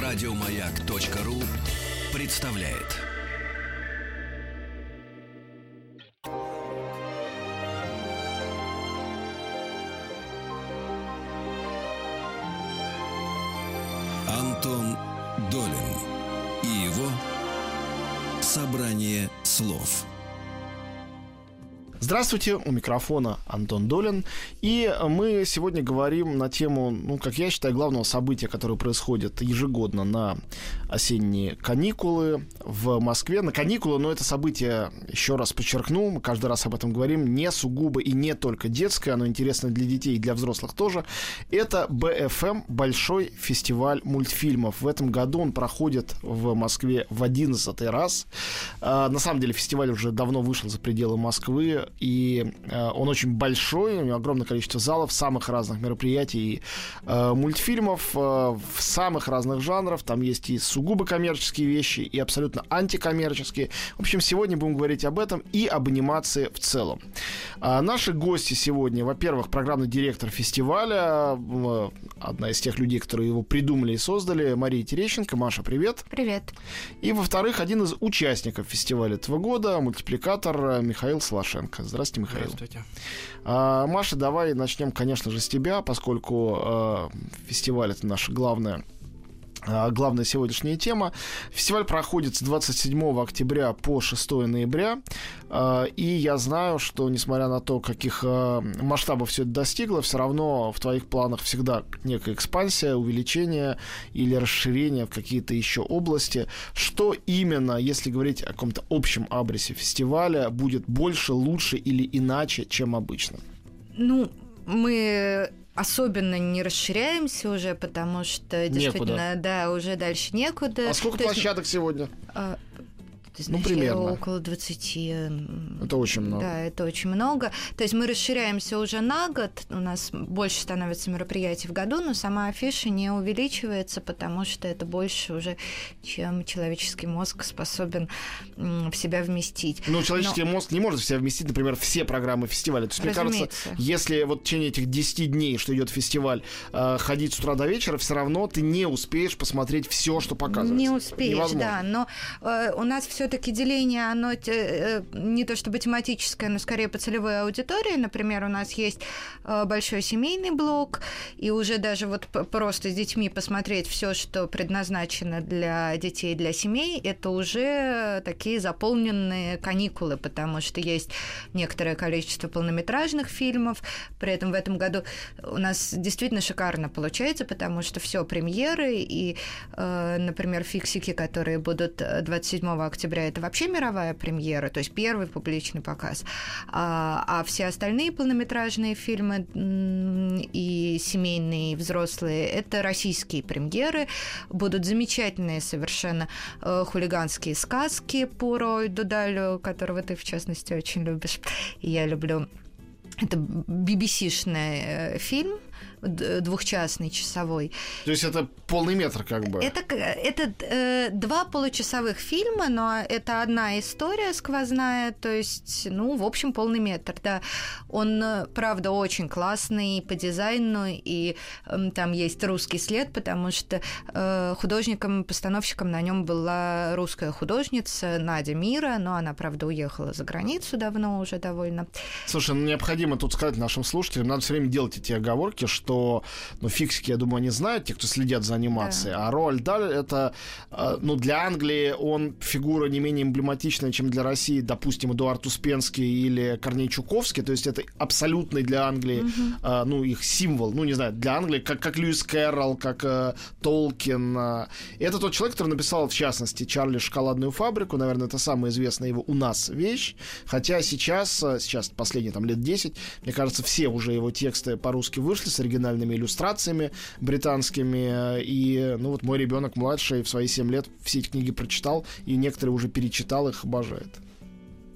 Радиомаяк.ру представляет. Антон Долин и его собрание слов. Здравствуйте, у микрофона Антон Долин. И мы сегодня говорим на тему, как я считаю, главного события, которое происходит ежегодно на осенние каникулы в Москве. На каникулы, но это событие, еще раз подчеркну, мы каждый раз об этом говорим, не сугубо и не только детское, оно интересно для детей и для взрослых тоже. Это БФМ, Большой фестиваль мультфильмов. В этом году он проходит в Москве в 11-й раз. На самом деле фестиваль уже давно вышел за пределы Москвы, и он очень большой, у него огромное количество залов, самых разных мероприятий, мультфильмов в самых разных жанров. Там есть и сугубо коммерческие вещи, и абсолютно антикоммерческие. В общем, сегодня будем говорить об этом и об анимации в целом. Наши гости сегодня, во-первых, программный директор фестиваля, одна из тех людей, которые его придумали и создали, Мария Терещенко. Маша, привет. Привет. И, во-вторых, один из участников фестиваля этого года, мультипликатор Михаил Солошенко. Здравствуйте, Михаил. Здравствуйте. Маша, давай начнем, конечно же, с тебя, поскольку фестиваль — это наша главная сегодняшняя тема. Фестиваль проходит с 27 октября по 6 ноября. И я знаю, что, несмотря на то, каких масштабов все это достигло, все равно в твоих планах всегда некая экспансия, увеличение или расширение в какие-то еще области. Что именно, если говорить о каком-то общем абресе фестиваля, будет больше, лучше или иначе, чем обычно? Мы особенно не расширяемся уже, потому что действительно, да, уже дальше некуда. А сколько площадок сегодня? Ты знаешь, примерно. Около 20. Это очень много. Да, это очень много. То есть мы расширяемся уже на год, у нас больше становится мероприятий в году, но сама афиша не увеличивается, потому что это больше уже, чем человеческий мозг способен в себя вместить. Человеческий мозг не может в себя вместить, например, все программы фестиваля. То есть, мне кажется, если в течение этих 10 дней, что идет фестиваль, ходить с утра до вечера, все равно ты не успеешь посмотреть все, что показывается. Не успеешь, невозможно. Да, но у нас все-таки деление, оно не то чтобы тематическое, но скорее по целевой аудитории. Например, у нас есть большой семейный блок, и уже даже просто с детьми посмотреть все, что предназначено для детей, для семей, это уже такие заполненные каникулы, потому что есть некоторое количество полнометражных фильмов. При этом в этом году у нас действительно шикарно получается, потому что все премьеры, и, например, «Фиксики», которые будут 27 октября, это вообще мировая премьера, то есть первый публичный показ. А все остальные полнометражные фильмы и семейные, и взрослые, это российские премьеры. Будут замечательные совершенно хулиганские сказки по Рою Дудалю, которого ты, в частности, очень любишь, и я люблю. Это BBC-шный фильм, двухчасный, часовой. То есть это полный метр как бы? Это 2 получасовых фильма, но это одна история сквозная, то есть, в общем, полный метр, да. Он, правда, очень классный по дизайну, и там есть русский след, потому что художником-постановщиком на нем была русская художница Надя Мира, но она, правда, уехала за границу давно уже довольно. Слушай, необходимо тут сказать нашим слушателям, надо все время делать эти оговорки, что, «Фиксики», я думаю, они знают, те, кто следят за анимацией, да. А Роальд Даль — это, для Англии он фигура не менее эмблематичная, чем для России, допустим, Эдуард Успенский или Корней Чуковский, то есть это абсолютный для Англии, их символ, не знаю, для Англии, как Льюис Кэрролл, как Толкин. Это тот человек, который написал, в частности, «Чарли шоколадную фабрику», наверное, это самая известная его у нас вещь, хотя сейчас последние лет 10, мне кажется, все уже его тексты по-русски вышли с оригинальными иллюстрациями британскими, и, мой ребенок младший в свои 7 лет все эти книги прочитал, и некоторые уже перечитал, их обожает.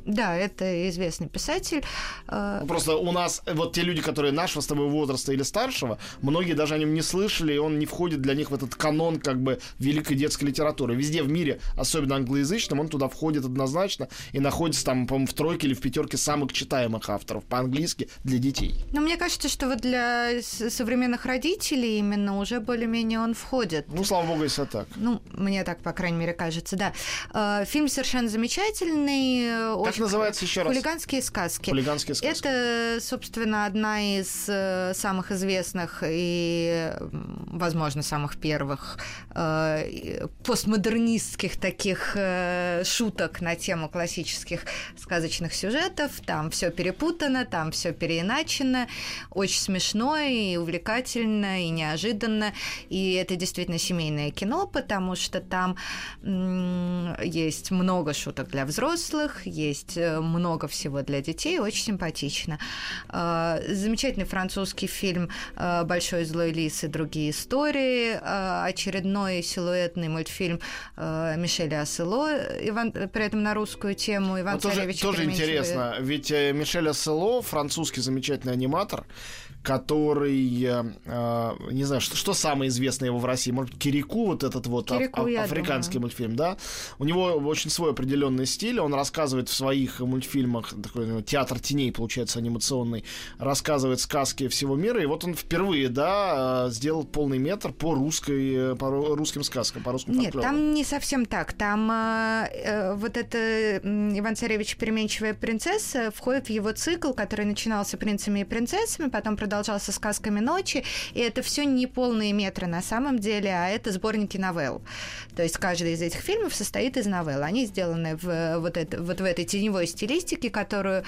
Да, это известный писатель. Просто у нас вот те люди, которые нашего с тобой возраста или старшего, многие даже о нем не слышали, и он не входит для них в этот канон как бы великой детской литературы. Везде в мире, особенно англоязычном, он туда входит однозначно и находится там, по-моему, в тройке или в пятерке самых читаемых авторов по-английски для детей. Но мне кажется, что вот для современных родителей именно уже более-менее он входит. Ну, слава богу, если так. Ну, мне так, по крайней мере, кажется, да. Фильм совершенно замечательный. Как называется еще раз? «Хулиганские сказки». «Хулиганские сказки». Это, собственно, одна из самых известных и, возможно, самых первых постмодернистских таких шуток на тему классических сказочных сюжетов. Там все перепутано, там все переиначено. Очень смешно и увлекательно, и неожиданно. И это действительно семейное кино, потому что там есть много шуток для взрослых, есть много всего для детей, очень симпатично. Замечательный французский фильм «Большой злой лис и другие истории», очередной силуэтный мультфильм Мишеля Ассело, при этом на русскую тему. Иван Царевич. Тоже интересно, ведь Мишель Ассело, французский замечательный аниматор, который, не знаю, что самое известное его в России, может, Кирику, вот этот вот африканский мультфильм, да? У него очень свой определенный стиль, он рассказывает в своих мультфильмах, такой театр теней, получается, анимационный, рассказывает сказки всего мира, и вот он впервые, да, сделал полный метр по русским сказкам, по русскому фольклору. Нет, там не совсем так, там вот это Иван Царевич и переменчивая принцесса входит в его цикл, который начинался «Принцами и принцессами», потом продолжался «Сказками ночи», и это все не полные метры на самом деле, а это сборники новелл. То есть каждый из этих фильмов состоит из новелл. Они сделаны в этой теневой стилистике, которую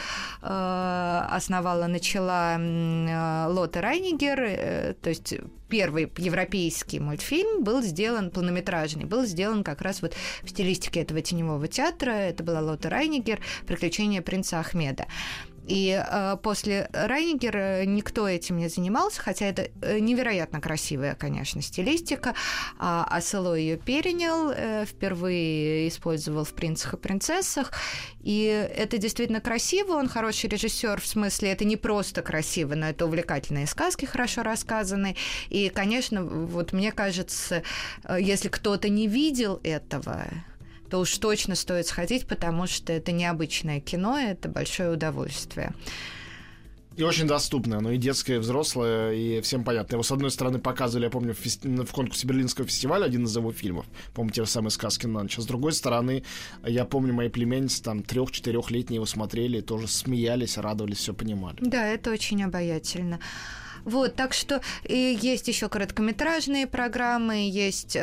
начала Лотте Райнигер, то есть первый европейский мультфильм был сделан, полнометражный, был сделан как раз вот в стилистике этого теневого театра. Это была Лотте Райнигер «Приключения принца Ахмеда». И после Райнигера никто этим не занимался, хотя это невероятно красивая, конечно, стилистика. Ассело ее перенял, впервые использовал в «Принцах и принцессах». И это действительно красиво, он хороший режиссер, в смысле, это не просто красиво, но это увлекательные сказки, хорошо рассказанные. И, конечно, вот мне кажется, если кто-то не видел этого, то уж точно стоит сходить, потому что это необычное кино, это большое удовольствие. И очень доступное, оно и детское, и взрослое, и всем понятно. Его, с одной стороны, показывали, я помню, в конкурсе Берлинского фестиваля один из его фильмов, по-моему, те же самые «Сказки на ночь». А с другой стороны, я помню, мои племянницы там 3-4-летние его смотрели, тоже смеялись, радовались, все понимали. Да, это очень обаятельно. Вот, так что есть еще короткометражные программы, есть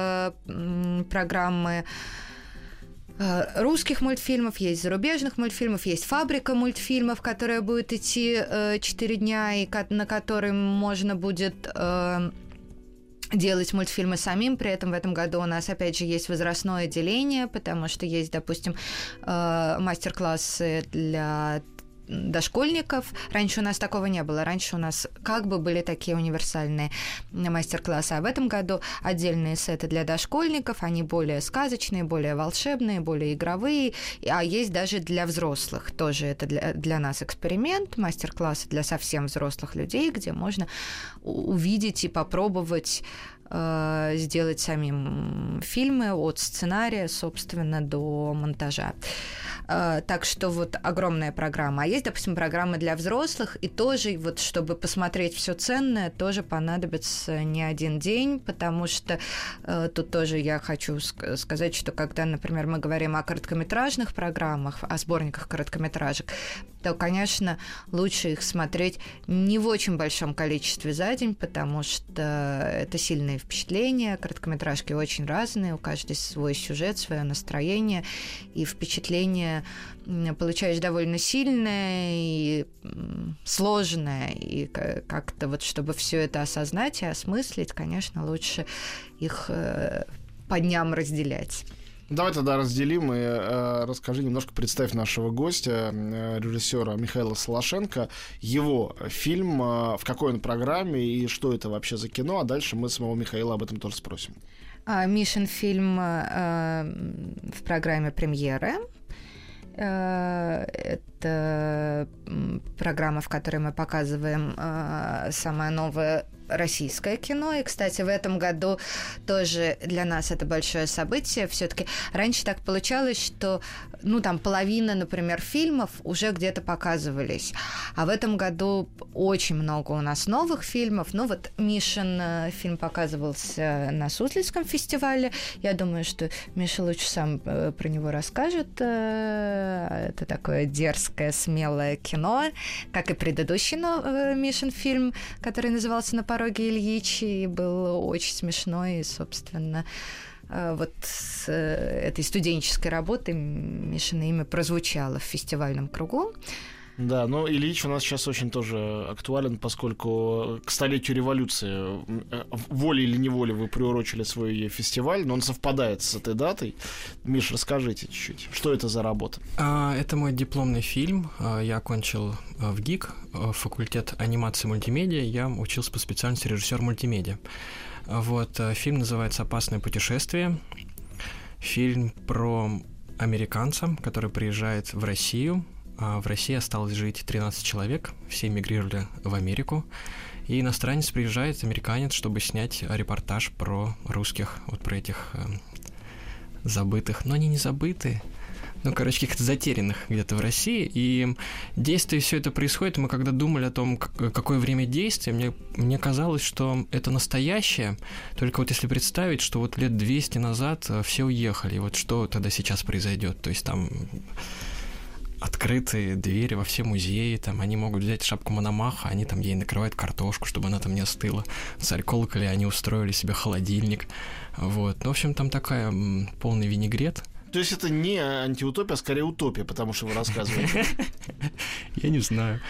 программы русских мультфильмов, есть зарубежных мультфильмов, есть фабрика мультфильмов, которая будет идти 4 дня, и на которой можно будет делать мультфильмы самим. При этом в этом году у нас, опять же, есть возрастное деление, потому что есть, допустим, мастер-классы для дошкольников. Раньше у нас такого не было. Раньше у нас как бы были такие универсальные мастер-классы. А в этом году отдельные сеты для дошкольников. Они более сказочные, более волшебные, более игровые. А есть даже для взрослых. Тоже это для нас эксперимент. Мастер-классы для совсем взрослых людей, где можно увидеть и попробовать сделать самим фильмы от сценария, собственно, до монтажа. Так что вот огромная программа. А есть, допустим, программы для взрослых, и тоже, вот, чтобы посмотреть все ценное, тоже понадобится не один день, потому что тут тоже я хочу сказать, что когда, например, мы говорим о короткометражных программах, о сборниках короткометражек, то, конечно, лучше их смотреть не в очень большом количестве за день, потому что это сильные впечатления. Короткометражки очень разные, у каждой свой сюжет, свое настроение, и впечатление получаешь довольно сильное и сложное, и как-то вот, чтобы все это осознать и осмыслить, конечно, лучше их по дням разделять. Давай тогда разделим и расскажи немножко, представь нашего гостя, режиссера Михаила Солошенко, его фильм, в какой он программе и что это вообще за кино, а дальше мы самого Михаила об этом тоже спросим. Мишин фильм в программе «Премьеры». Это программа, в которой мы показываем самое новое российское кино. И, кстати, в этом году тоже для нас это большое событие. Все-таки раньше так получалось, что половина, например, фильмов уже где-то показывались. А в этом году очень много у нас новых фильмов. Мишин фильм показывался на Суздальском фестивале. Я думаю, что Миша лучше сам про него расскажет. Это такое дерзкое, смелое кино, как и предыдущий Мишин фильм, который назывался «На пороге Ильич», и был очень смешной, и, собственно, с этой студенческой работой Мишино имя прозвучало в фестивальном кругу. Да, Ильич у нас сейчас очень тоже актуален, поскольку к столетию революции волей или неволей вы приурочили свой фестиваль, но он совпадает с этой датой. Миш, расскажите чуть-чуть, что это за работа? Это мой дипломный фильм. Я окончил в ГИК, факультет анимации и мультимедиа. Я учился по специальности режиссер мультимедиа. Фильм называется «Опасное путешествие». Фильм про американца, который приезжает в Россию. В России осталось жить 13 человек, все эмигрировали в Америку. И иностранец приезжает, американец, чтобы снять репортаж про русских, про этих забытых. Но они не забытые, каких-то затерянных где-то в России. И действие все это происходит. Мы когда думали о том, какое время действия, мне казалось, что это настоящее. Только если представить, что лет 200 назад все уехали, и что тогда сейчас произойдет. То есть там открытые двери во все музеи, там они могут взять шапку Мономаха, они там ей накрывают картошку, чтобы она там не остыла. В Царь-Колоколе они устроили себе холодильник. В общем, там такая полный винегрет. То есть это не антиутопия, а скорее утопия, потому что вы рассказываете. Я не знаю.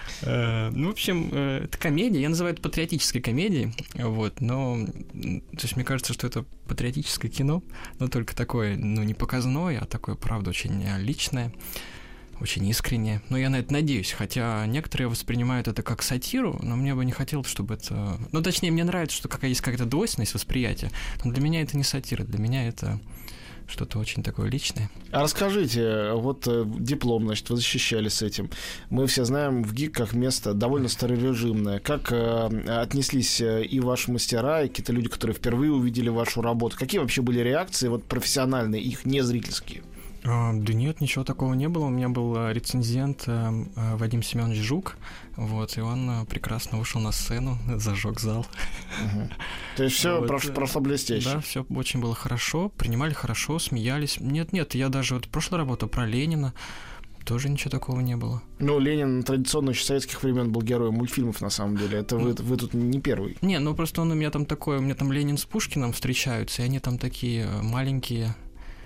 В общем, это комедия, я называю это патриотической комедией, но, то есть мне кажется, что это патриотическое кино, но только такое, не показное, а такое, правда, очень личное, очень искреннее. Но я на это надеюсь, хотя некоторые воспринимают это как сатиру, но мне бы не хотелось, чтобы это... точнее, мне нравится, что есть какая-то двойственность восприятия, но для меня это не сатира, для меня это что-то очень такое личное. А расскажите, диплом, вы защищались этим. Мы все знаем в ГИК как место довольно старорежимное. Как отнеслись и ваши мастера, и какие-то люди, которые впервые увидели вашу работу? Какие вообще были реакции профессиональные, их не зрительские? Да нет, ничего такого не было. У меня был рецензент Вадим Семенович Жук, и он прекрасно вышел на сцену, зажег зал. Угу. То есть все прошло блестяще? Да, все очень было хорошо, принимали хорошо, смеялись. Нет, я даже прошлая работа про Ленина, тоже ничего такого не было. Ленин традиционно еще советских времен был героем мультфильмов, на самом деле. Это вы тут не первый. Не, просто он у меня там Ленин с Пушкиным встречаются, и они там такие маленькие.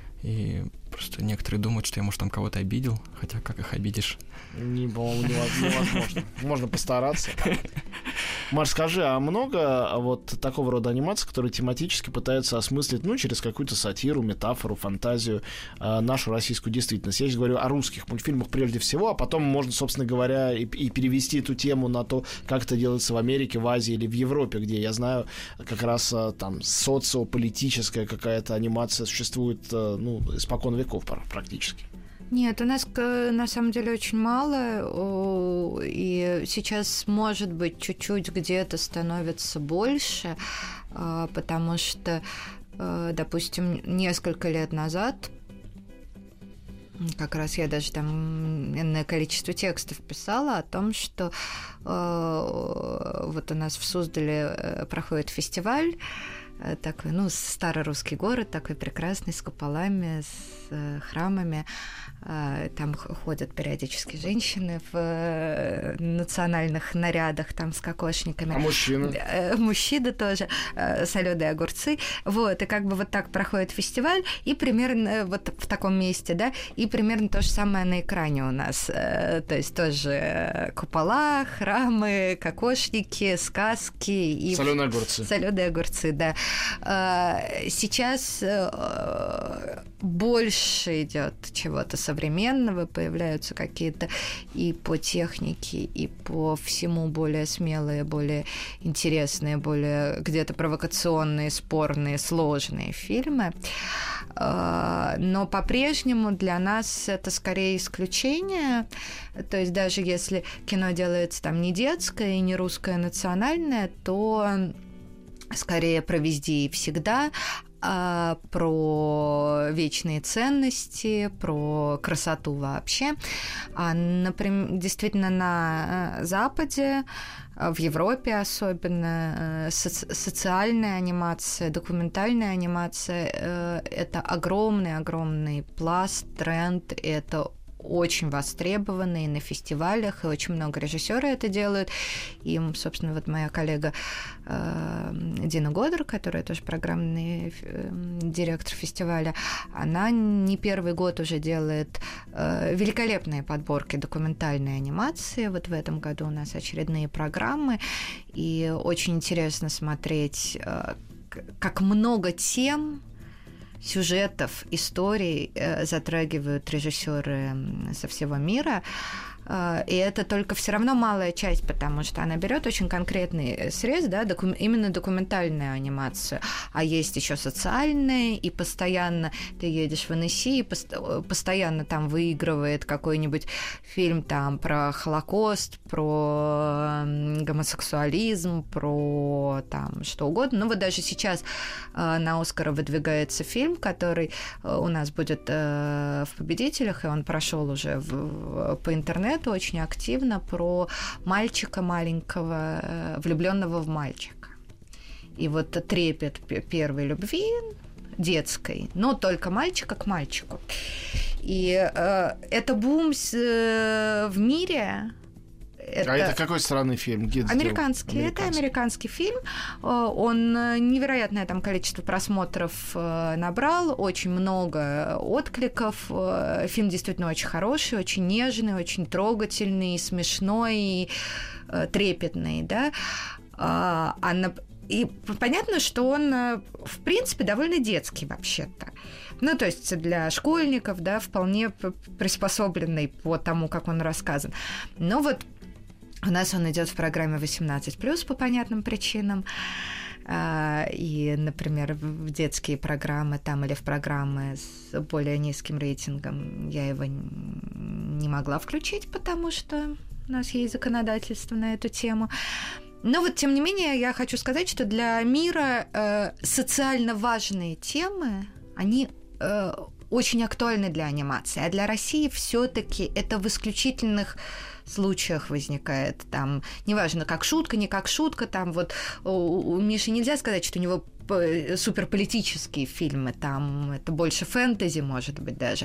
И просто некоторые думают, что я, может, там кого-то обидел, хотя как их обидишь? По-моему, невозможно. Можно постараться. Маш, скажи, а много такого рода анимаций, которые тематически пытаются осмыслить, через какую-то сатиру, метафору, фантазию нашу российскую действительность? Я сейчас говорю о русских мультфильмах прежде всего, а потом можно, собственно говоря, и перевести эту тему на то, как это делается в Америке, в Азии или в Европе, где, я знаю, как раз там социополитическая какая-то анимация существует, испокон веков практически. Нет, у нас на самом деле очень мало, и сейчас, может быть, чуть-чуть где-то становится больше, потому что, допустим, несколько лет назад, как раз я даже там энное количество текстов писала о том, что у нас в Суздале проходит фестиваль, такой, старорусский город, такой прекрасный, с куполами, с храмами. Там ходят периодически женщины в национальных нарядах, там, с кокошниками. А мужчины? Мужчины тоже, соленые огурцы. И так проходит фестиваль, и примерно в таком месте, да, и примерно то же самое на экране у нас. То есть тоже купола, храмы, кокошники, сказки. И соленые огурцы. Соленые огурцы, да. Сейчас больше идет чего-то современного, появляются какие-то и по технике, и по всему более смелые, более интересные, более где-то провокационные, спорные, сложные фильмы. Но по-прежнему для нас это скорее исключение. То есть даже если кино делается там не детское и не русское национальное, то скорее про везде и всегда, про вечные ценности, про красоту вообще. Например, действительно на Западе, в Европе особенно, социальная анимация, документальная анимация — это огромный пласт, тренд, это очень востребованы и на фестивалях, и очень много режиссеров это делают. И, собственно, вот моя коллега Дина Годер, которая тоже программный директор фестиваля, она не первый год уже делает великолепные подборки документальной анимации. Вот в этом году у нас очередные программы, и очень интересно смотреть, как много тем, сюжетов, историй затрагивают режиссеры со всего мира. И это только все равно малая часть, потому что она берет очень конкретный срез, да, именно документальную анимацию, а есть еще социальная, и постоянно ты едешь в Аннесси, и постоянно там выигрывает какой-нибудь фильм там про Холокост, про гомосексуализм, про там что угодно. Ну вот даже сейчас на Оскара выдвигается фильм, который у нас будет в «Победителях», и он прошел уже по интернету очень активно, про мальчика маленького, влюбленного в мальчика. И вот трепет первой любви детской, но только мальчика к мальчику. И это бум в мире. Это какой страны фильм? Американский. Это американский фильм. Он невероятное там количество просмотров набрал, очень много откликов. Фильм действительно очень хороший, очень нежный, очень трогательный, смешной, и трепетный, да. И понятно, что он, в принципе, довольно детский вообще-то. Ну, то есть для школьников, да, вполне приспособленный по тому, как он рассказан. Но вот у нас он идет в программе 18+, по понятным причинам. И, например, в детские программы там или в программы с более низким рейтингом я его не могла включить, потому что у нас есть законодательство на эту тему. Но вот, тем не менее, я хочу сказать, что для мира социально важные темы, они очень актуальны для анимации, а для России все-таки это в исключительных случаях возникает. Там, неважно, как шутка, не как шутка, там вот у Миши нельзя сказать, что у него суперполитические фильмы, там это больше фэнтези, может быть, даже.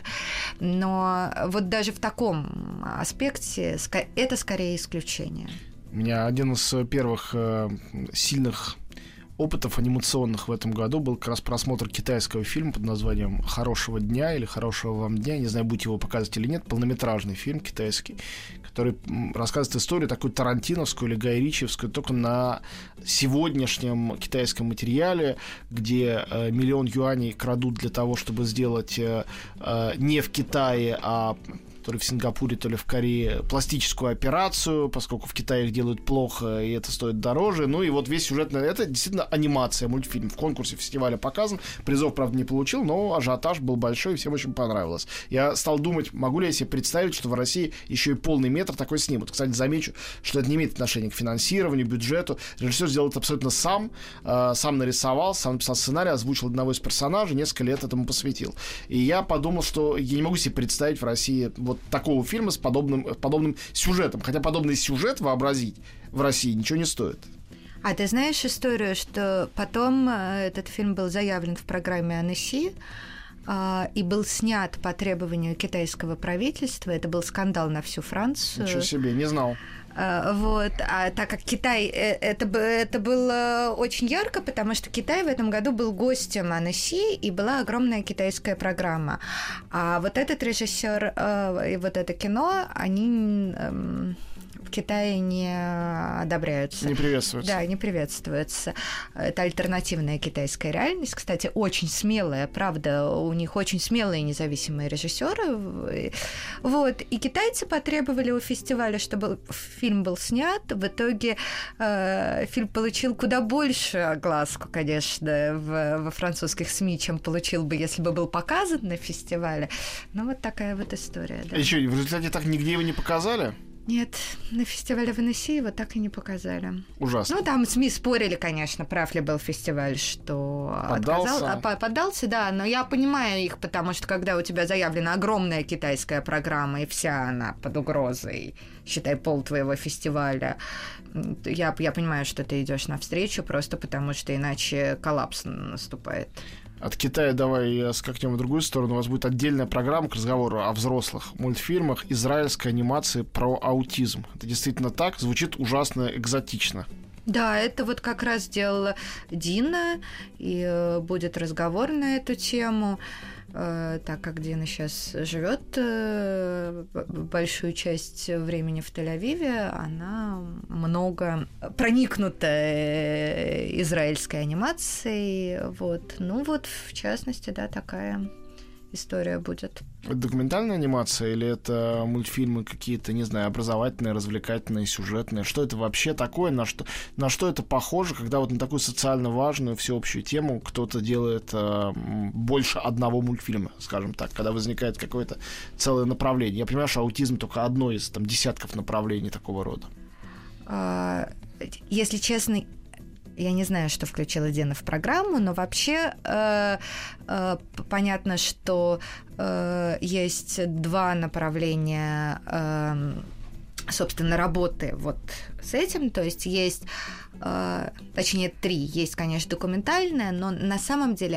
Но вот даже в таком аспекте это скорее исключение. У меня один из первых сильных опытов анимационных в этом году был как раз просмотр китайского фильма под названием «Хорошего дня» или «Хорошего вам дня». Не знаю, будете его показывать или нет. Полнометражный фильм китайский, который рассказывает историю такую тарантиновскую или гайричевскую, только на сегодняшнем китайском материале, где 1 000 000 юаней крадут для того, чтобы сделать не в Китае, а то ли в Сингапуре, то ли в Корее, пластическую операцию, поскольку в Китае их делают плохо, и это стоит дороже. Ну и вот весь сюжет, это действительно анимация, мультфильм. В конкурсе фестиваля показан. Призов, правда, не получил, но ажиотаж был большой, и всем очень понравилось. Я стал думать, могу ли я себе представить, что в России еще и полный метр такой снимут. Кстати, замечу, что это не имеет отношения к финансированию, бюджету. Режиссер сделал это абсолютно сам нарисовал, сам написал сценарий, озвучил одного из персонажей, несколько лет этому посвятил. И я подумал, что я не могу себе представить в России вот такого фильма с подобным сюжетом. Хотя подобный сюжет вообразить в России ничего не стоит. А ты знаешь историю, что потом этот фильм был заявлен в программе Аннесси и был снят по требованию китайского правительства. Это был скандал на всю Францию. Ничего себе, не знал. Вот. А так как Китай, это было очень ярко, потому что Китай в этом году был гостем Аннесси, и была огромная китайская программа. А вот этот режиссер и вот это кино, они в Китае не одобряются. Не приветствуются. Да, не приветствуются. Это альтернативная китайская реальность. Кстати, очень смелая, правда, у них очень смелые независимые режиссеры. Вот. И китайцы потребовали у фестиваля, чтобы фильм был снят. В итоге фильм получил куда больше огласку, конечно, во французских СМИ, чем получил бы, если бы был показан на фестивале. Ну, вот такая вот история. Да. И что, в результате так нигде его не показали? Нет, на фестивале в Аннеси его так и не показали. Ужасно. Ну, там СМИ спорили, конечно, прав ли был фестиваль, что поддался, да, но я понимаю их, потому что когда у тебя заявлена огромная китайская программа, и вся она под угрозой, считай, пол твоего фестиваля, я понимаю, что ты идешь навстречу, просто потому что иначе коллапс наступает. От Китая давай скакнем в другую сторону. У вас будет отдельная программа к разговору о взрослых мультфильмах израильской анимации про аутизм. Это действительно так? Звучит ужасно экзотично. Да, это вот как раз сделала Дина, и будет разговор на эту тему. Так как Дина сейчас живет большую часть времени в Тель-Авиве, она много проникнута израильской анимацией. Вот. Ну вот, в частности, да, такая история будет. Это документальная анимация или это мультфильмы какие-то, не знаю, образовательные, развлекательные, сюжетные? Что это вообще такое? На что это похоже, когда вот на такую социально важную, всеобщую тему кто-то делает больше одного мультфильма, скажем так, когда возникает какое-то целое направление? Я понимаю, что аутизм только одно из там, десятков направлений такого рода. Если честно, я не знаю, что включила Дина в программу, но вообще понятно, что есть два направления, собственно, работы вот с этим. То есть есть, точнее, три. Есть, конечно, документальная, но на самом деле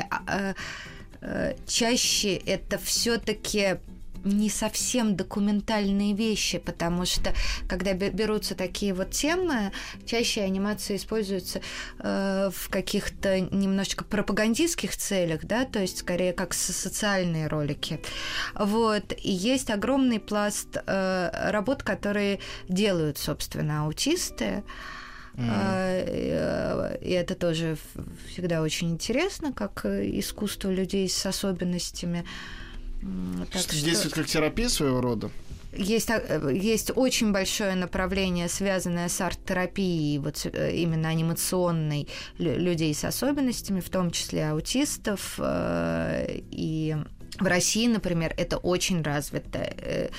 чаще это все-таки не совсем документальные вещи, потому что, когда берутся такие вот темы, чаще анимация используется в каких-то немножечко пропагандистских целях, да, то есть скорее как социальные ролики. Вот. И есть огромный пласт работ, которые делают, собственно, аутисты. И это тоже всегда очень интересно, как искусство людей с особенностями. Так действует как терапия своего рода? Есть очень большое направление, связанное с арт-терапией, вот именно анимационной, людей с особенностями, в том числе аутистов. И в России, например, это очень развито.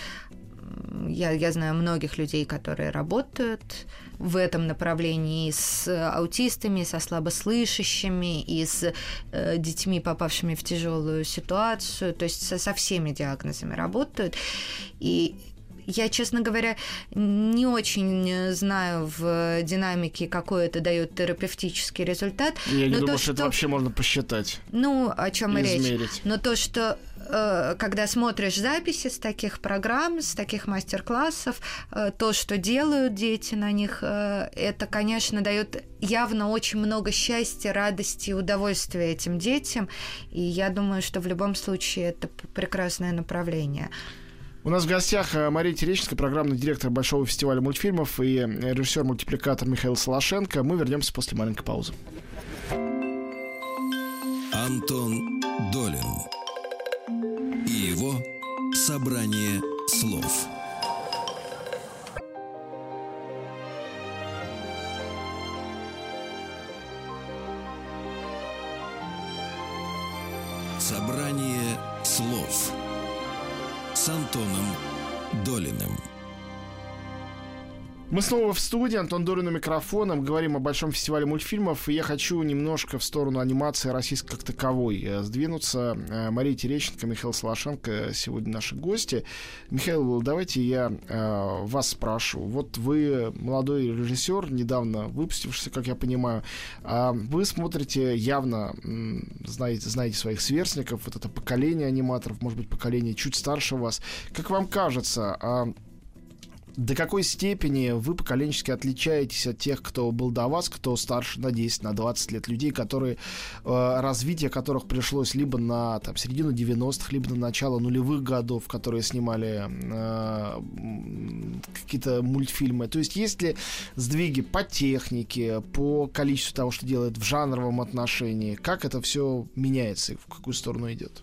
Я знаю многих людей, которые работают в этом направлении с аутистами, со слабослышащими, и с детьми, попавшими в тяжелую ситуацию, то есть со всеми диагнозами работают. И я, честно говоря, не очень знаю в динамике, какой это дает терапевтический результат. Я не думаю, что это вообще можно посчитать. Ну, о чем и речь. Измерить. Но то, что когда смотришь записи с таких программ, с таких мастер-классов, то, что делают дети на них, это, конечно, дает явно очень много счастья, радости и удовольствия этим детям. И я думаю, что в любом случае это прекрасное направление. У нас в гостях Мария Терещенко, программный директор Большого фестиваля мультфильмов, и режиссер-мультипликатор Михаил Солошенко. Мы вернемся после маленькой паузы. Антон Долин и его собрание слов. Собрание слов с Антоном Долиным. Мы снова в студии, Антон Долин у микрофона. Мы говорим о Большом фестивале мультфильмов. И я хочу немножко в сторону анимации российской как таковой сдвинуться. Мария Терещенко, Михаил Солошенко сегодня наши гости. Михаил, давайте я вас спрошу. Вот вы молодой режиссер, недавно выпустившийся, как я понимаю. Вы смотрите явно, знаете своих сверстников, вот это поколение аниматоров, может быть, поколение чуть старше вас. Как вам кажется, до какой степени вы поколенчески отличаетесь от тех, кто был до вас, кто старше на 10, на 20 лет, людей, которые, развитие которых пришлось либо на там, середину 90-х, либо на начало нулевых годов, которые снимали какие-то мультфильмы. То есть ли сдвиги по технике, по количеству того, что делает в жанровом отношении? Как это все меняется и в какую сторону идет?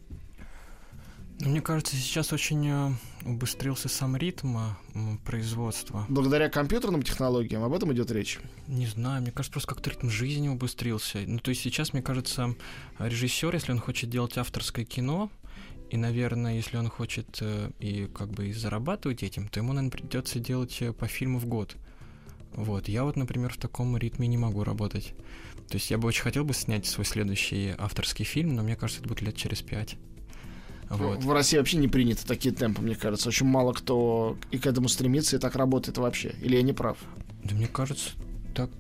Мне кажется, сейчас очень убыстрился сам ритм производства. Благодаря компьютерным технологиям об этом идет речь? Не знаю, мне кажется, просто как-то ритм жизни убыстрился. Ну, то есть сейчас, мне кажется, режиссер, если он хочет делать авторское кино, и, наверное, если он хочет и как бы и зарабатывать этим, то ему, наверное, придется делать по фильму в год. Вот. Я вот, например, в таком ритме не могу работать. То есть я бы очень хотел бы снять свой следующий авторский фильм, но мне кажется, это будет лет через 5. Вот. В России вообще не приняты такие темпы, мне кажется. Очень мало кто и к этому стремится, и так работает вообще. Или я не прав? Да мне кажется, так...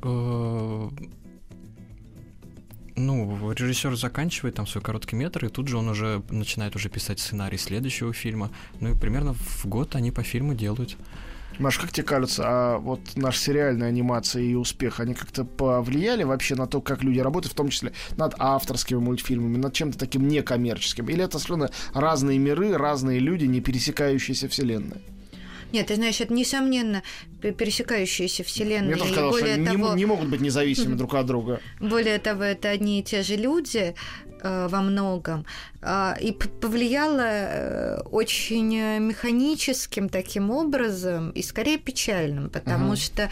режиссер заканчивает там свой короткий метр, и тут же он уже начинает уже писать сценарий следующего фильма. Ну и примерно в год они по фильму делают. Маш, как тебе кажется, а вот наша сериальная анимация и успех, они как-то повлияли вообще на то, как люди работают, в том числе над авторскими мультфильмами, над чем-то таким некоммерческим? Или это совершенно разные миры, разные люди, не пересекающиеся вселенные? Нет, ты знаешь, это, несомненно, пересекающиеся вселенные. Мне тоже казалось, что они того, не могут быть независимыми друг от друга. Более того, это одни и те же люди во многом. И повлияло очень механическим таким образом и скорее печальным, потому что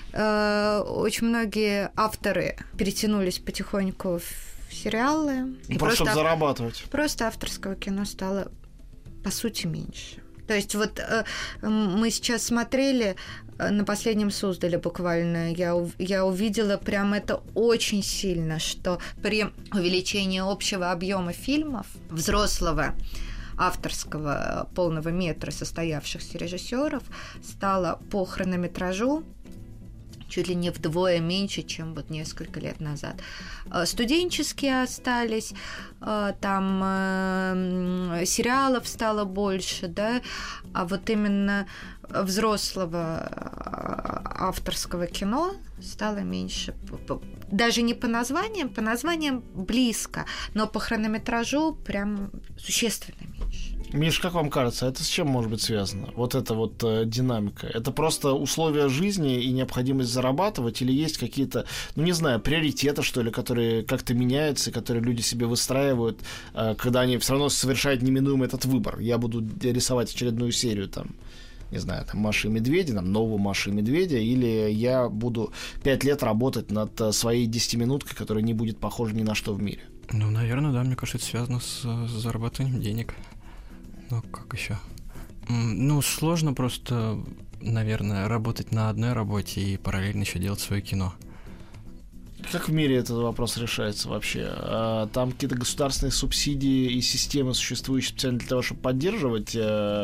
очень многие авторы перетянулись потихоньку в сериалы. Просто чтобы зарабатывать. Просто авторского кино стало, по сути, меньше. То есть вот мы сейчас смотрели на последнем Суздале буквально, я увидела прям это очень сильно, что при увеличении общего объема фильмов взрослого авторского полного метра состоявшихся режиссеров стало по хронометражу чуть ли не вдвое меньше, чем вот несколько лет назад. Студенческие остались, там сериалов стало больше, да, а вот именно взрослого авторского кино стало меньше. Даже не по названиям близко, но по хронометражу прям существенно меньше. Миш, как вам кажется, это с чем может быть связано? Вот эта вот динамика. Это просто условия жизни и необходимость зарабатывать? Или есть какие-то, не знаю, приоритеты, что ли, которые как-то меняются, которые люди себе выстраивают, когда они все равно совершают неминуемый этот выбор? Я буду рисовать очередную серию, там, не знаю, там, Маши и Медведя, там, нового Маши и Медведя, или я буду 5 лет работать над своей 10-минуткой, которая не будет похожа ни на что в мире? Ну, наверное, да, мне кажется, это связано с зарабатыванием денег. Ну, как еще? Ну, сложно просто, наверное, работать на одной работе и параллельно еще делать свое кино. Как в мире этот вопрос решается вообще? Там какие-то государственные субсидии и системы существующие специально для того, чтобы поддерживать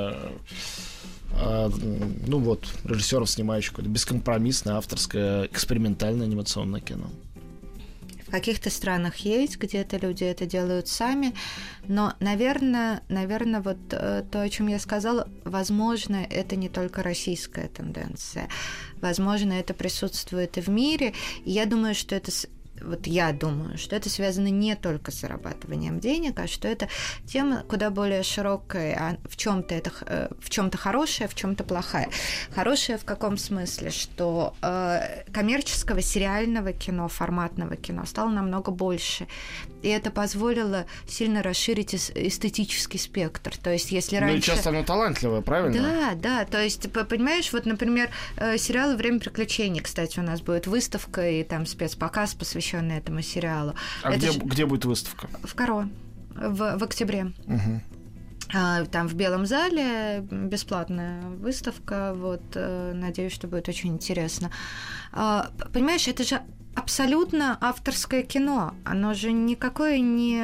режиссеров, снимающих какое-то бескомпромиссное, авторское, экспериментальное анимационное кино? В каких-то странах есть, где-то люди это делают сами, но, наверное, вот то, о чем я сказала, возможно, это не только российская тенденция, возможно, это присутствует и в мире, и я думаю, что это связано не только с зарабатыванием денег, а что это тема куда более широкая, а в чем-то хорошая, в чем-то плохая. Хорошая в каком смысле? Что коммерческого сериального кино, форматного кино стало намного больше. И это позволило сильно расширить эстетический спектр. То есть, если раньше... Ну и часто оно талантливое, правильно? Да. То есть, понимаешь, вот, например, сериалы «Время приключений», кстати, у нас будет выставка и там спецпоказ, посвященный этому сериалу. А где будет выставка? В КаРо, в октябре. Угу. Там в Белом зале бесплатная выставка. Вот, надеюсь, что будет очень интересно. Понимаешь, это же абсолютно авторское кино. Оно же никакое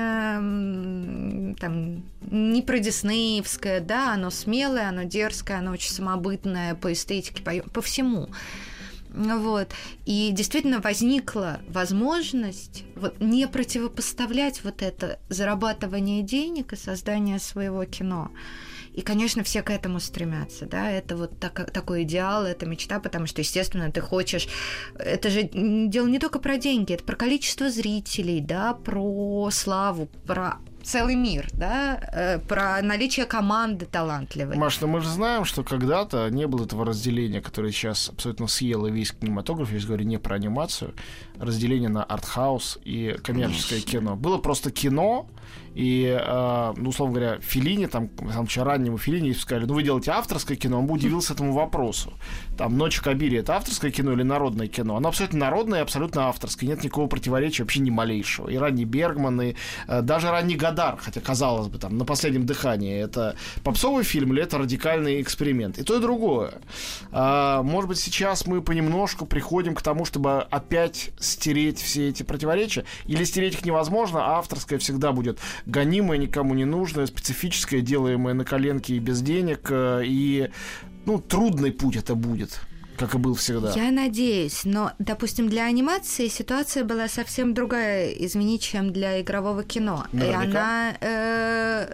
не про диснеевское, да, оно смелое, оно дерзкое, оно очень самобытное по эстетике, по всему. Вот. И действительно возникла возможность не противопоставлять вот это зарабатывание денег и создание своего кино. И, конечно, все к этому стремятся, да, это вот такой идеал, это мечта, потому что, естественно, ты хочешь... Это же дело не только про деньги, это про количество зрителей, да, про славу, про целый мир, да, про наличие команды талантливой. Маш, ну мы же знаем, что когда-то не было этого разделения, которое сейчас абсолютно съело весь кинематограф, я говорю не про анимацию, разделение на артхаус и коммерческое кино. Было просто кино, и, ну, условно говоря, Феллини, там еще раннему Феллини сказали, ну, вы делаете авторское кино, он бы удивился этому вопросу. Там «Ночь Кабири» — это авторское кино или народное кино? Оно абсолютно народное и абсолютно авторское. Нет никакого противоречия вообще ни малейшего. И ранний Бергман, и даже ранний Годар, хотя, казалось бы, там, «На последнем дыхании» — это попсовый фильм или это радикальный эксперимент? И то, и другое. Может быть, сейчас мы понемножку приходим к тому, чтобы опять стереть все эти противоречия? Или стереть их невозможно, а авторское всегда будет гонимое, никому не нужное, специфическое, делаемое на коленке и без денег, и, ну, трудный путь это будет, как и был всегда. Я надеюсь, но, допустим, для анимации ситуация была совсем другая, извини, чем для игрового кино. Наверняка. И она...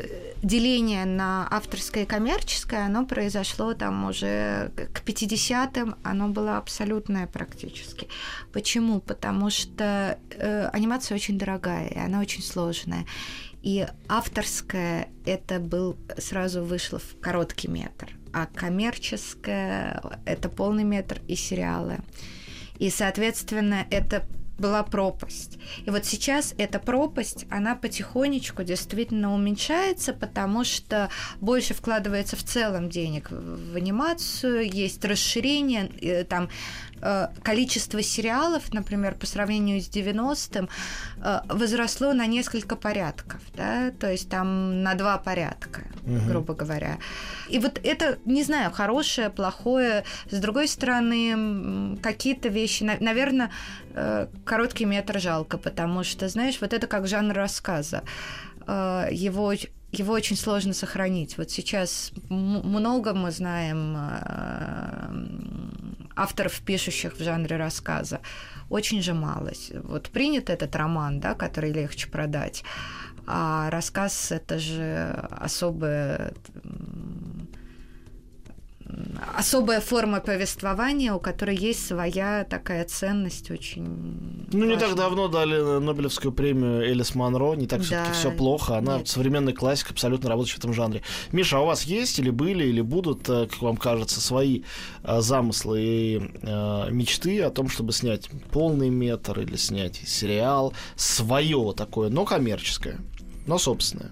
деление на авторское и коммерческое, оно произошло там уже к 50-м, оно было абсолютное практически. Почему? Потому что анимация очень дорогая, и она очень сложная. И авторское это сразу вышло в короткий метр, а коммерческое это полный метр и сериалы. И, соответственно, это была пропасть. И вот сейчас эта пропасть, она потихонечку действительно уменьшается, потому что больше вкладывается в целом денег в анимацию, есть расширение, там количество сериалов, например, по сравнению с 90-м, возросло на несколько порядков, да, то есть там на 2 порядка, грубо говоря. И вот это, не знаю, хорошее, плохое. С другой стороны, какие-то вещи, наверное, короткий метр жалко, потому что, знаешь, вот это как жанр рассказа. Его очень сложно сохранить. Вот сейчас много мы знаем авторов, пишущих в жанре рассказа. Очень же мало. Вот принят этот роман, да, который легче продать, а рассказ — это же особая форма повествования, у которой есть своя такая ценность очень Ну, не важная. так давно дали Нобелевскую премию Элис Монро, не так все-таки все плохо, она современный классик, абсолютно работающий в этом жанре. Миша, а у вас есть или были, или будут, как вам кажется, свои замыслы и мечты о том, чтобы снять полный метр или снять сериал, свое такое, но коммерческое, но собственное?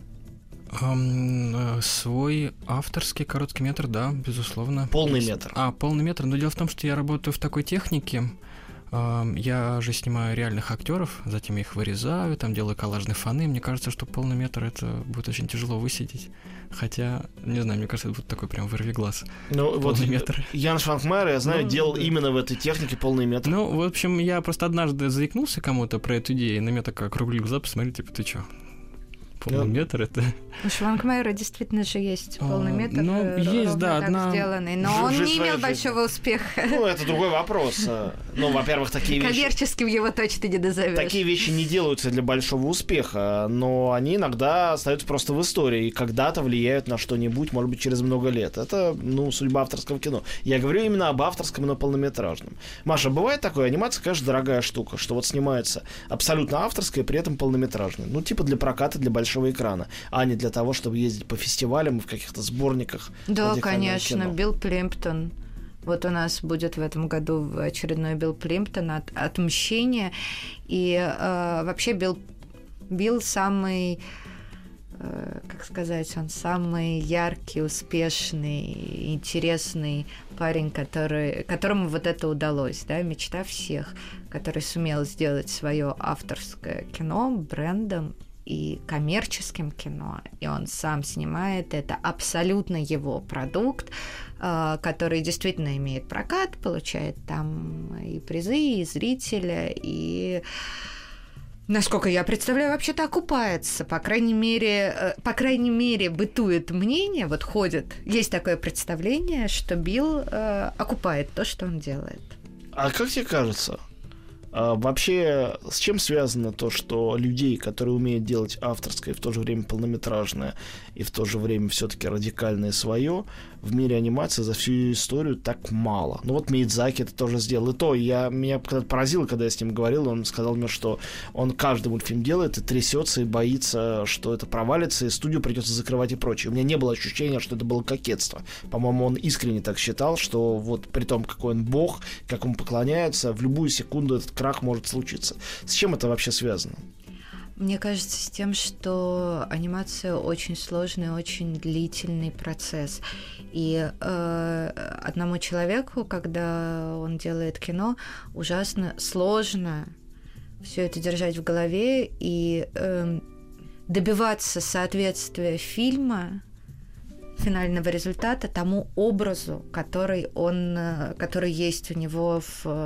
Свой авторский короткий метр, да, безусловно. Полный метр. Полный метр. Но дело в том, что я работаю в такой технике. Я же снимаю реальных актеров, затем я их вырезаю, там делаю коллажные фоны. Мне кажется, что полный метр это будет очень тяжело высидеть. Хотя, не знаю, мне кажется, это будет такой прям вырвиглаз. Ну, полный вот метр. Ян Шванкмайер, я знаю, делал именно в этой технике полный метр. Ну, в общем, я просто однажды заикнулся кому-то про эту идею, и на меня так округлили глаза, посмотри, типа, ты чё? Полный метр это... У Шванкмайера действительно же есть полный метр, есть, да, сделанный, но он не имел большого успеха. Ну, это другой вопрос. Ну, во-первых, такие вещи... Коммерческим его точно не назовешь. Такие вещи не делаются для большого успеха, но они иногда остаются просто в истории и когда-то влияют на что-нибудь, может быть, через много лет. Это, ну, судьба авторского кино. Я говорю именно об авторском, но полнометражном. Маша, бывает такое? Анимация, конечно, дорогая штука, что вот снимается абсолютно авторское, при этом полнометражное. Ну, типа для проката, для большого экрана, а не для того, чтобы ездить по фестивалям и в каких-то сборниках. Да, конечно, кино. Билл Плимптон. Вот у нас будет в этом году очередной Билл Плимптон от «Мщения». И вообще Билл самый, как сказать, он самый яркий, успешный, интересный парень, которому вот это удалось, да, мечта всех, который сумел сделать свое авторское кино брендом и коммерческим кино, и он сам снимает, это абсолютно его продукт, который действительно имеет прокат, получает там и призы, и зрителя, и, насколько я представляю, вообще-то окупается, по крайней мере, бытует мнение, вот ходит, есть такое представление, что Билл окупает то, что он делает. А как тебе кажется, Вообще, с чем связано то, что людей, которые умеют делать авторское, в то же время полнометражное, и в то же время все-таки радикальное свое, в мире анимации за всю историю так мало? Ну вот Миядзаки это тоже сделал. И то меня когда-то поразило, когда я с ним говорил, он сказал мне, что он каждый мультфильм делает и трясется, и боится, что это провалится, и студию придется закрывать и прочее. У меня не было ощущения, что это было кокетство. По-моему, он искренне так считал, что вот при том, какой он бог, как ему поклоняются, в любую секунду этот крах может случиться. С чем это вообще связано? Мне кажется, с тем, что анимация очень сложный, очень длительный процесс. И одному человеку, когда он делает кино, ужасно сложно все это держать в голове и добиваться соответствия фильма, финального результата тому образу, который есть у него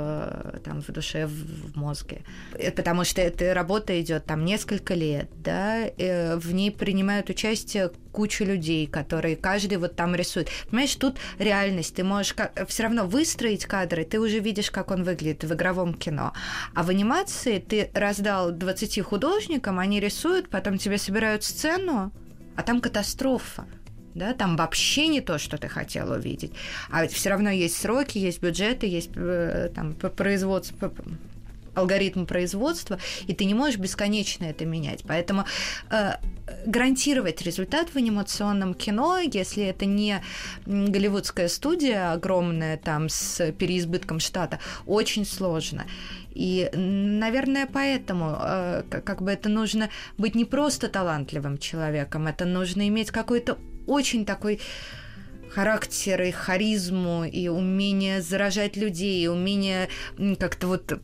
в душе, в мозге. Потому что эта работа идет там несколько лет, да, в ней принимают участие куча людей, которые каждый вот там рисует. Понимаешь, тут реальность. Ты можешь все равно выстроить кадры, ты уже видишь, как он выглядит в игровом кино. А в анимации ты раздал 20 художникам, они рисуют, потом тебе собирают сцену, а там катастрофа. Да, там вообще не то, что ты хотел увидеть. А ведь все равно есть сроки, есть бюджеты, есть там производство, алгоритм производства, и ты не можешь бесконечно это менять. Поэтому гарантировать результат в анимационном кино, если это не голливудская студия огромная там с переизбытком штата, очень сложно. И, наверное, поэтому как бы это нужно быть не просто талантливым человеком, это нужно иметь какой-то очень такой характер и харизму, и умение заражать людей, и умение как-то вот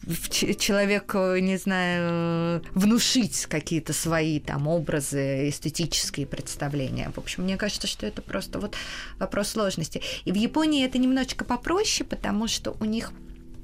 человеку, не знаю, внушить какие-то свои там образы, эстетические представления. В общем, мне кажется, что это просто вот вопрос сложности. И в Японии это немножечко попроще, потому что у них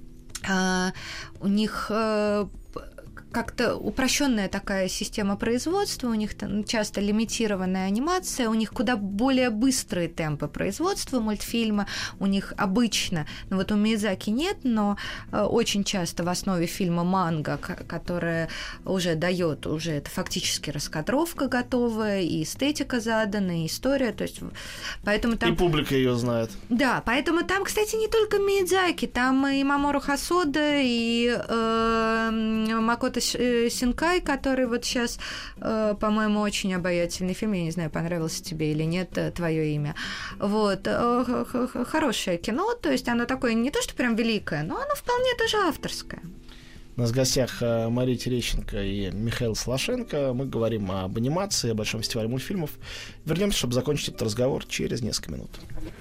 как-то упрощенная такая система производства, у них часто лимитированная анимация, у них куда более быстрые темпы производства мультфильма, у них обычно, ну вот у Миядзаки нет, но очень часто в основе фильма манга, которая уже дает, уже это фактически раскадровка готовая, и эстетика задана, и история, то есть поэтому там... И публика ее знает. Да, поэтому там, кстати, не только Миядзаки, там и Мамору Хосода, и Макото Синкай, который вот сейчас, по-моему, очень обаятельный фильм, я не знаю, понравился тебе или нет, «Твое имя». Вот, хорошее кино, то есть оно такое не то, что прям великое, но оно вполне тоже авторское. У нас в гостях Мария Терещенко и Михаил Слашенко. Мы говорим об анимации, о Большом фестивале мультфильмов. Вернемся, чтобы закончить этот разговор через несколько минут.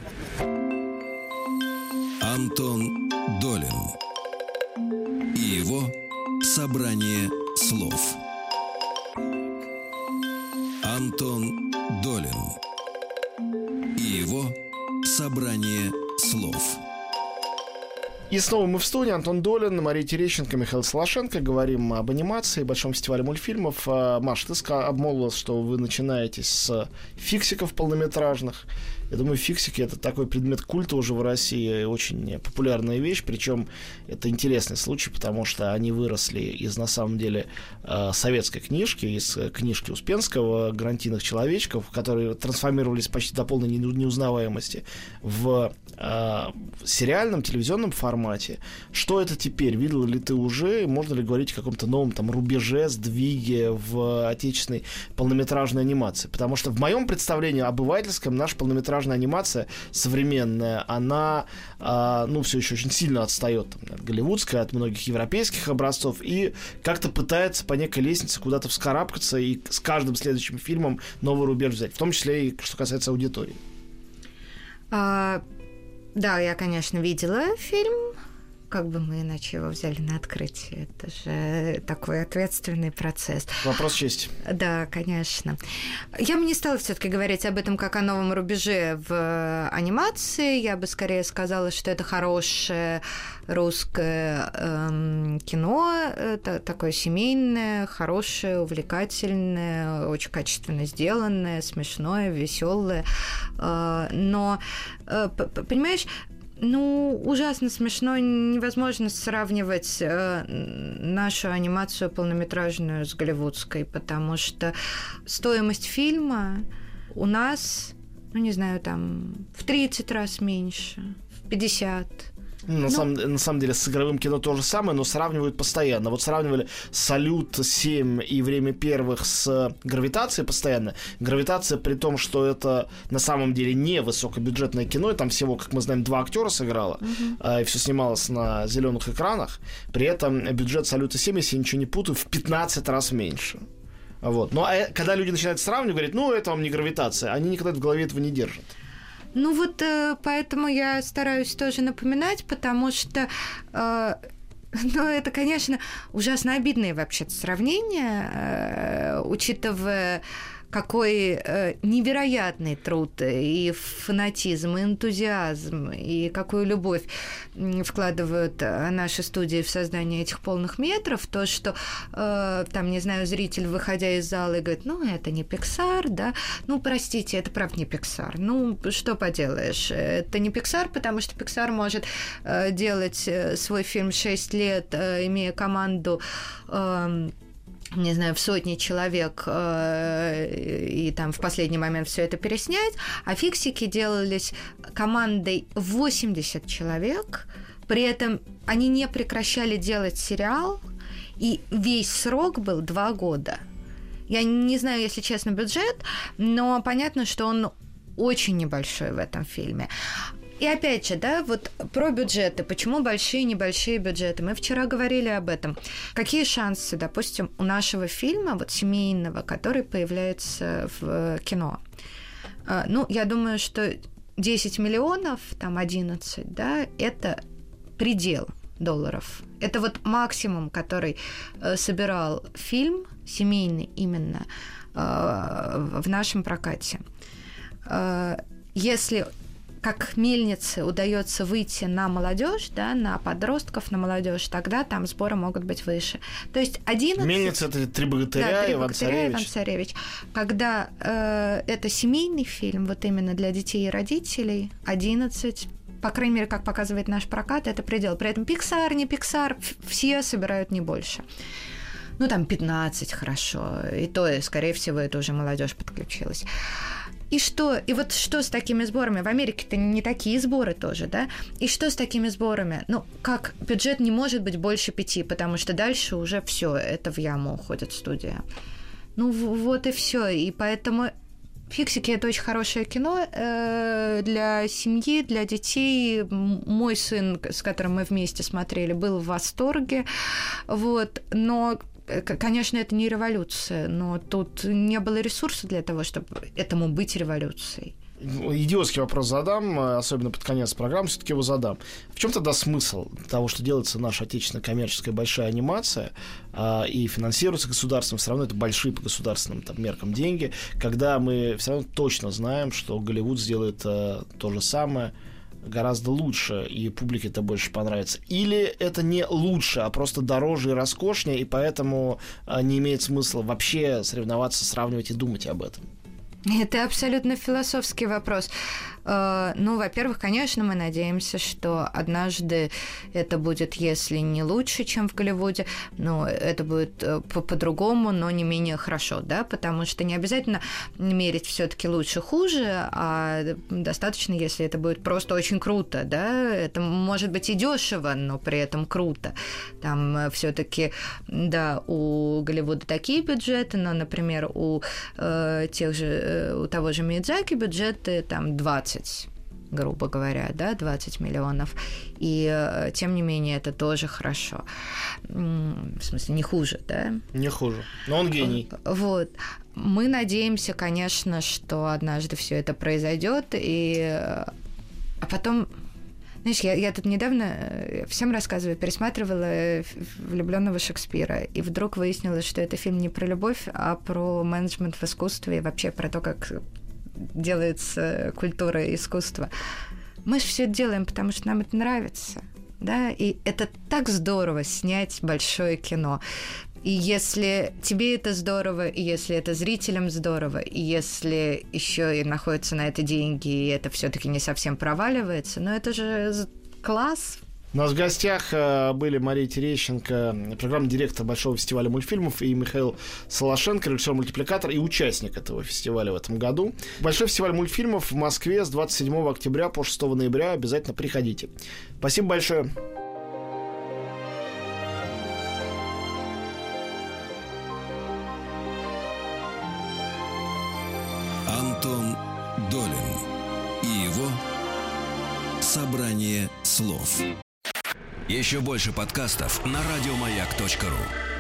Антон Долин и его собрание слов. Антон Долин и его собрание слов. И снова мы в студии. Антон Долин, Мария Терещенко, Михаил Слашенко. Говорим об анимации, Большом фестивале мультфильмов. Маш, ты обмолвилась, что вы начинаете с фиксиков полнометражных. Я думаю, фиксики — это такой предмет культа уже в России, очень популярная вещь, причем это интересный случай, потому что они выросли из, на самом деле, советской книжки, из книжки Успенского «Грантийных человечков», которые трансформировались почти до полной неузнаваемости в сериальном, телевизионном формате. Что это теперь? Видел ли ты уже? Можно ли говорить о каком-то новом там рубеже, сдвиге в отечественной полнометражной анимации? Потому что в моем представлении обывательском наша полнометражная анимация современная, она все еще очень сильно отстает от голливудской, от многих европейских образцов и как-то пытается по некой лестнице куда-то вскарабкаться и с каждым следующим фильмом новый рубеж взять, в том числе и что касается аудитории. Да, я, конечно, видела фильм. Как бы мы иначе его взяли на открытие? Это же такой ответственный процесс. Вопрос чести. Да, конечно. Я бы не стала все-таки говорить об этом как о новом рубеже в анимации. Я бы скорее сказала, что это хорошее русское кино, это такое семейное, хорошее, увлекательное, очень качественно сделанное, смешное, веселое. Но, понимаешь, Ну, ужасно смешно. Невозможно сравнивать нашу анимацию полнометражную с голливудской, потому что стоимость фильма у нас, ну, не знаю, там, в 30 раз меньше, в 50. На самом деле с игровым кино то же самое, но сравнивают постоянно. Вот сравнивали «Салют-7» и «Время первых» с «Гравитацией» постоянно. «Гравитация», при том, что это на самом деле не высокобюджетное кино, и там всего, как мы знаем, 2 актера сыграло, и все снималось на зеленых экранах. При этом бюджет «Салюта-7», если я ничего не путаю, в 15 раз меньше. Вот. Ну, а когда люди начинают сравнивать, говорят, ну, это вам не «Гравитация», они никогда в голове этого не держат. Ну вот поэтому я стараюсь тоже напоминать, потому что, ну это, конечно, ужасно обидное вообще-то сравнение, учитывая, какой невероятный труд и фанатизм, и энтузиазм, и какую любовь вкладывают наши студии в создание этих полных метров, то, что, там, не знаю, зритель, выходя из зала, и говорит, ну, это не Pixar, да, ну, простите, это правда не Pixar, ну, что поделаешь, это не Pixar, потому что Pixar может делать свой фильм 6 лет, имея команду не знаю, в сотни человек, и там в последний момент все это переснять, а «Фиксики» делались командой 80 человек, при этом они не прекращали делать сериал, и весь срок был 2 года. Я не знаю, если честно, бюджет, но понятно, что он очень небольшой в этом фильме. И опять же, да, вот про бюджеты. Почему большие, небольшие бюджеты? Мы вчера говорили об этом. Какие шансы, допустим, у нашего фильма, вот семейного, который появляется в кино? Ну, я думаю, что 10 миллионов, там 11, да, это предел долларов. Это вот максимум, который собирал фильм семейный именно в нашем прокате. Если как «Мельнице» удается выйти на молодежь, да, на подростков, на молодежь, тогда там сборы могут быть выше. То есть 11... «Мельница» — это «Три богатыря», да, Иван-Царевич. Когда это семейный фильм, вот именно для детей и родителей, 11, по крайней мере, как показывает наш прокат, это предел. При этом Pixar, не Pixar, все собирают не больше. Ну, там 15 хорошо, и то, скорее всего, это уже молодежь подключилась. И что? И вот что с такими сборами? В Америке-то не такие сборы тоже, да? И что с такими сборами? Ну, как бюджет не может быть больше 5, потому что дальше уже все, это в яму уходит студия. Ну, вот и все. И поэтому «Фиксики» — это очень хорошее кино для семьи, для детей. Мой сын, с которым мы вместе смотрели, был в восторге. Вот. Но конечно, это не революция, но тут не было ресурса для того, чтобы этому быть революцией. Идиотский вопрос задам, особенно под конец программы, все-таки его задам. В чем тогда смысл того, что делается наша отечественная коммерческая большая анимация и финансируется государством, все равно это большие по государственным там меркам деньги, когда мы все равно точно знаем, что Голливуд сделает то же самое гораздо лучше, и публике это больше понравится. Или это не лучше, а просто дороже и роскошнее, и поэтому не имеет смысла вообще соревноваться, сравнивать и думать об этом? Это абсолютно философский вопрос. Ну, во-первых, конечно, мы надеемся, что однажды это будет, если не лучше, чем в Голливуде, но это будет по-другому, но не менее хорошо, да, потому что не обязательно мерить все-таки лучше-хуже, а достаточно, если это будет просто очень круто, да, это может быть и дешево, но при этом круто. Там все-таки, да, у Голливуда такие бюджеты, но, например, у того же Миядзаки бюджеты там 20, грубо говоря, да, 20 миллионов. И тем не менее это тоже хорошо. В смысле, не хуже, да? Не хуже. Но он гений. Вот. Мы надеемся, конечно, что однажды все это произойдет, а потом. Знаешь, я тут недавно всем рассказываю, пересматривала «Влюблённого Шекспира», и вдруг выяснилось, что это фильм не про любовь, а про менеджмент в искусстве и вообще про то, как делается культура и искусство. Мы же все это делаем, потому что нам это нравится. Да, и это так здорово снять большое кино. И если тебе это здорово, и если это зрителям здорово, и если еще и находятся на это деньги, и это все-таки не совсем проваливается, ну это же класс. У нас в гостях были Мария Терещенко, программный директор Большого фестиваля мультфильмов, и Михаил Солошенко, режиссер-мультипликатор и участник этого фестиваля в этом году. Большой фестиваль мультфильмов в Москве с 27 октября по 6 ноября. Обязательно приходите. Спасибо большое. Антон Долин и его «Собрание слов». Еще больше подкастов на радиомаяк.ру.